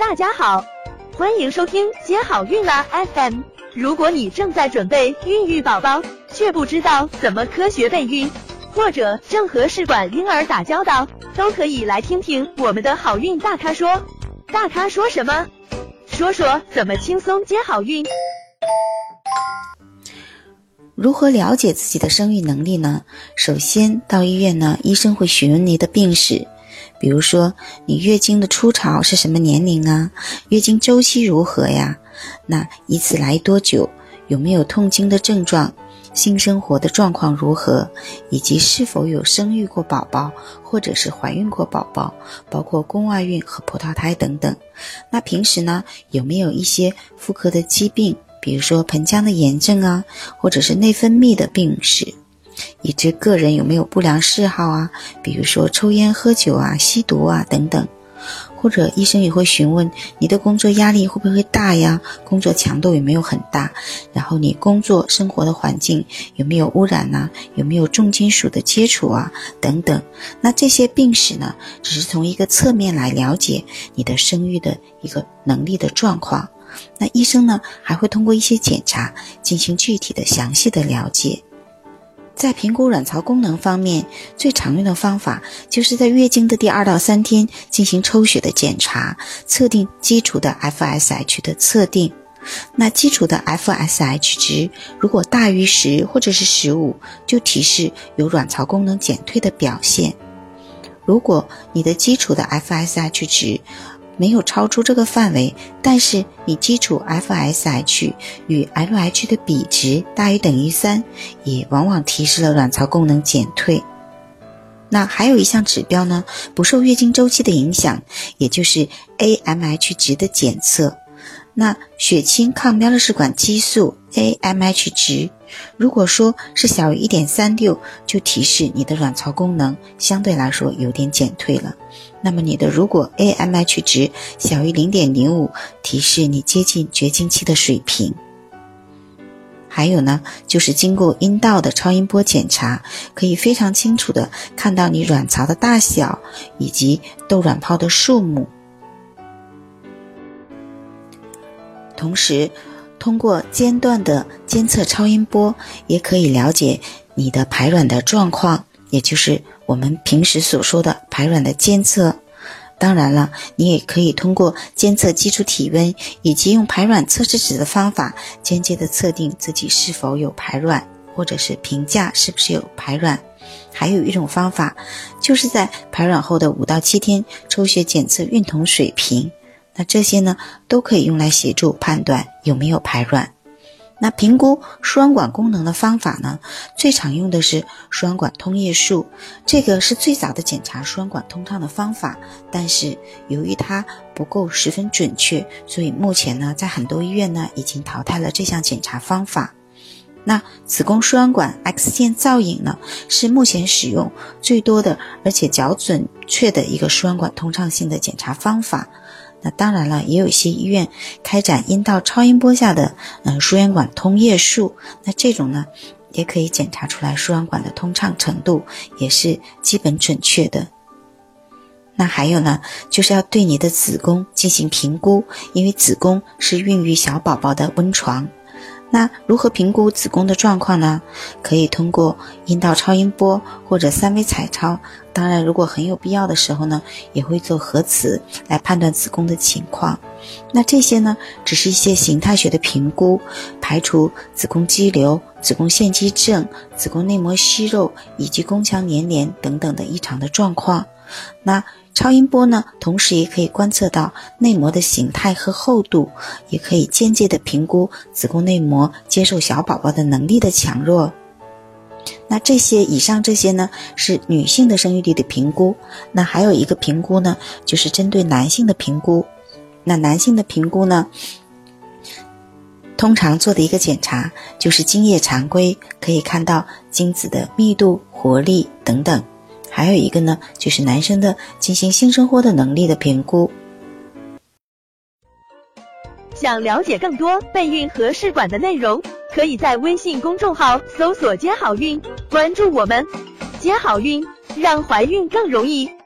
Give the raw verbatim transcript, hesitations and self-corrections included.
大家好，欢迎收听接好运啦 F M。如果你正在准备孕育宝宝，却不知道怎么科学备孕，或者正和试管婴儿打交道，都可以来听听我们的好运大咖说。大咖说什么？说说怎么轻松接好运。 如何了解自己的生育能力呢？首先到医院呢，医生会询问你的病史，比如说你月经的初潮是什么年龄啊，月经周期如何呀，那一次来多久，有没有痛经的症状，性生活的状况如何，以及是否有生育过宝宝或者是怀孕过宝宝，包括宫外孕和葡萄胎等等。那平时呢，有没有一些妇科的疾病，比如说盆腔的炎症啊，或者是内分泌的病史，以及个人有没有不良嗜好啊，比如说抽烟喝酒啊，吸毒啊等等。或者医生也会询问你的工作压力会不会大呀，工作强度有没有很大，然后你工作生活的环境有没有污染啊，有没有重金属的接触啊等等。那这些病史呢，只是从一个侧面来了解你的生育的一个能力的状况。那医生呢，还会通过一些检查进行具体的详细的了解。在评估卵巢功能方面，最常用的方法就是在月经的第二到三天进行抽血的检查，测定基础的 F S H 的测定。那基础的 F S H 值如果大于十或者是十五，就提示有卵巢功能减退的表现。如果你的基础的 F S H 值没有超出这个范围，但是你基础 F S H 与 L H 的比值大于等于三，也往往提示了卵巢功能减退。那还有一项指标呢，不受月经周期的影响，也就是 A M H 值的检测。那血清抗标的试管激素 A M H 值如果说是小于 一点三六， 就提示你的卵巢功能相对来说有点减退了。那么你的如果 A M H 值小于 零点零五， 提示你接近绝经期的水平。还有呢，就是经过阴道的超音波检查，可以非常清楚的看到你卵巢的大小以及窦卵泡的数目。同时通过间断的监测超音波，也可以了解你的排卵的状况，也就是我们平时所说的排卵的监测。当然了，你也可以通过监测基础体温以及用排卵测试纸的方法，间接的测定自己是否有排卵，或者是评价是不是有排卵。还有一种方法，就是在排卵后的五到七天抽血检测孕酮水平。那这些呢，都可以用来协助判断有没有排卵。那评估输卵管功能的方法呢，最常用的是输卵管通液术，这个是最早的检查输卵管通畅的方法，但是由于它不够十分准确，所以目前呢，在很多医院呢，已经淘汰了这项检查方法。那子宫输卵管 X 线造影呢，是目前使用最多的而且较准确的一个输卵管通畅性的检查方法。那当然了，也有一些医院开展阴道超音波下的呃输卵管通液术，那这种呢也可以检查出来输卵管的通畅程度，也是基本准确的。那还有呢，就是要对你的子宫进行评估，因为子宫是孕育小宝宝的温床。那如何评估子宫的状况呢？可以通过阴道超音波或者三维彩超，当然如果很有必要的时候呢，也会做核磁来判断子宫的情况。那这些呢，只是一些形态学的评估，排除子宫肌瘤、子宫腺肌症、子宫内膜息肉以及宫腔粘连等等的异常的状况。那超音波呢，同时也可以观测到内膜的形态和厚度，也可以间接的评估子宫内膜接受小宝宝的能力的强弱。那这些以上这些呢，是女性的生育力的评估。那还有一个评估呢，就是针对男性的评估。那男性的评估呢，通常做的一个检查就是精液常规，可以看到精子的密度、活力等等。还有一个呢，就是男生的进行性生活的能力的评估。 想了解更多备孕和试管的内容，可以在微信公众号搜索接好运，关注我们，接好运，让怀孕更容易。